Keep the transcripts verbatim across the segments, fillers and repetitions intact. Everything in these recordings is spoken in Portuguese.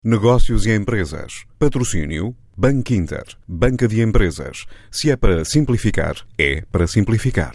Negócios e empresas. Patrocínio Banco Inter. Banca de Empresas. Se é para simplificar, é para simplificar.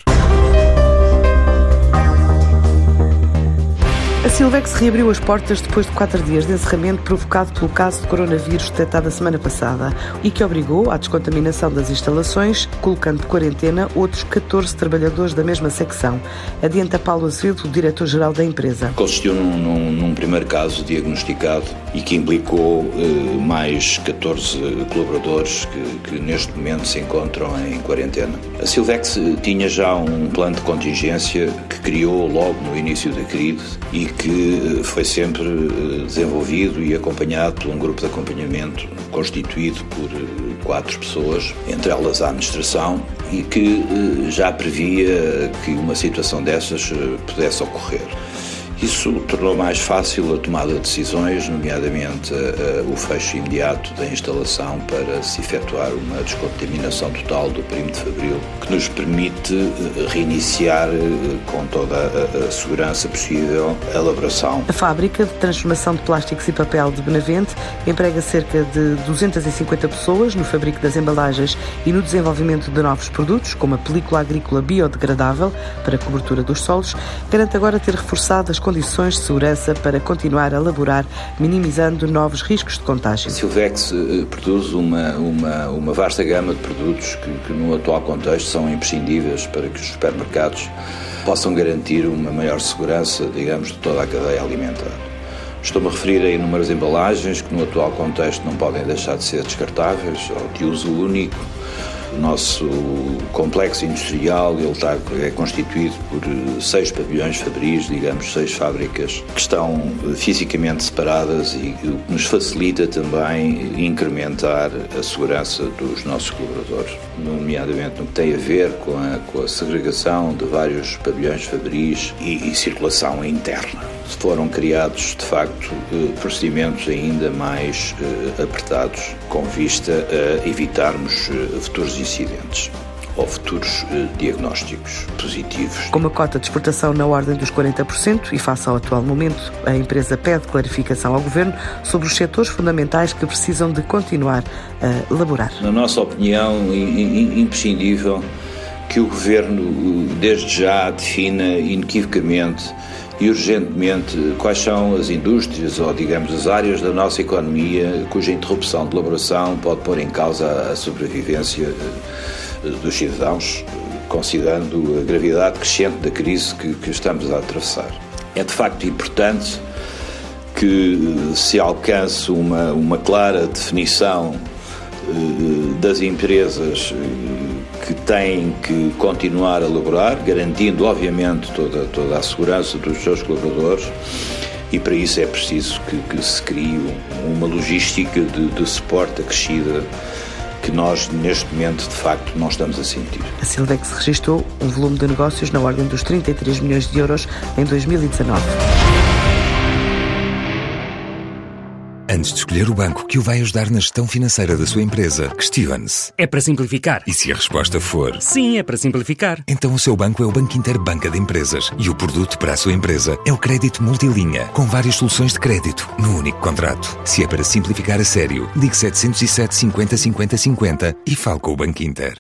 A Silvex reabriu as portas depois de quatro dias de encerramento provocado pelo caso de coronavírus detectado a semana passada e que obrigou à descontaminação das instalações, colocando de quarentena outros catorze trabalhadores da mesma secção. Adianta Paulo Azevedo, diretor-geral da empresa. Consistiu num, num, num primeiro caso diagnosticado e que implicou eh, mais catorze colaboradores que, que neste momento se encontram em quarentena. A Silvex tinha já um plano de contingência que criou logo no início da crise e que foi sempre desenvolvido e acompanhado por um grupo de acompanhamento constituído por quatro pessoas, entre elas a administração, e que já previa que uma situação dessas pudesse ocorrer. Isso tornou mais fácil a tomada de decisões, nomeadamente uh, o fecho imediato da instalação para se efetuar uma descontaminação total do perímetro fabril, que nos permite uh, reiniciar uh, com toda a, a segurança possível a elaboração. A fábrica de transformação de plásticos e papel de Benavente emprega cerca de duzentas e cinquenta pessoas no fabrico das embalagens e no desenvolvimento de novos produtos, como a película agrícola biodegradável para a cobertura dos solos. Garante agora ter reforçado as condições de segurança para continuar a elaborar, minimizando novos riscos de contágio. A Silvex produz uma, uma, uma vasta gama de produtos que, que no atual contexto são imprescindíveis para que os supermercados possam garantir uma maior segurança, digamos, de toda a cadeia alimentar. Estou-me a referir a inúmeras embalagens que no atual contexto não podem deixar de ser descartáveis ou de uso único. O nosso complexo industrial ele está, é constituído por seis pavilhões fabris, digamos, seis fábricas que estão fisicamente separadas e o que nos facilita também incrementar a segurança dos nossos colaboradores, nomeadamente no que tem a ver com a, com a segregação de vários pavilhões fabris e, e circulação interna. Foram criados, de facto, procedimentos ainda mais uh, apertados, com vista a evitarmos uh, futuros incidentes ou futuros uh, diagnósticos positivos. Com uma cota de exportação na ordem dos quarenta por cento e face ao atual momento, a empresa pede clarificação ao Governo sobre os setores fundamentais que precisam de continuar a elaborar. Na nossa opinião, é imprescindível que o Governo, desde já, defina inequivocamente e urgentemente quais são as indústrias ou, digamos, as áreas da nossa economia cuja interrupção de elaboração pode pôr em causa a sobrevivência dos cidadãos, considerando a gravidade crescente da crise que, que estamos a atravessar. É de facto importante que se alcance uma, uma clara definição das empresas que têm que continuar a elaborar, garantindo obviamente toda, toda a segurança dos seus colaboradores, e para isso é preciso que, que se crie uma logística de, de suporte acrescida que nós neste momento de facto não estamos a sentir. A Silvex registrou um volume de negócios na ordem dos trinta e três milhões de euros em dois mil e dezanove. Antes de escolher o banco que o vai ajudar na gestão financeira da sua empresa, questione-se. É para simplificar. E se a resposta for sim, é para simplificar. Então o seu banco é o Banco Inter Banca de Empresas e o produto para a sua empresa é o crédito multilinha, com várias soluções de crédito no único contrato. Se é para simplificar a sério, ligue sete zero sete, cinquenta, cinquenta, cinquenta e fale com o Banco Inter.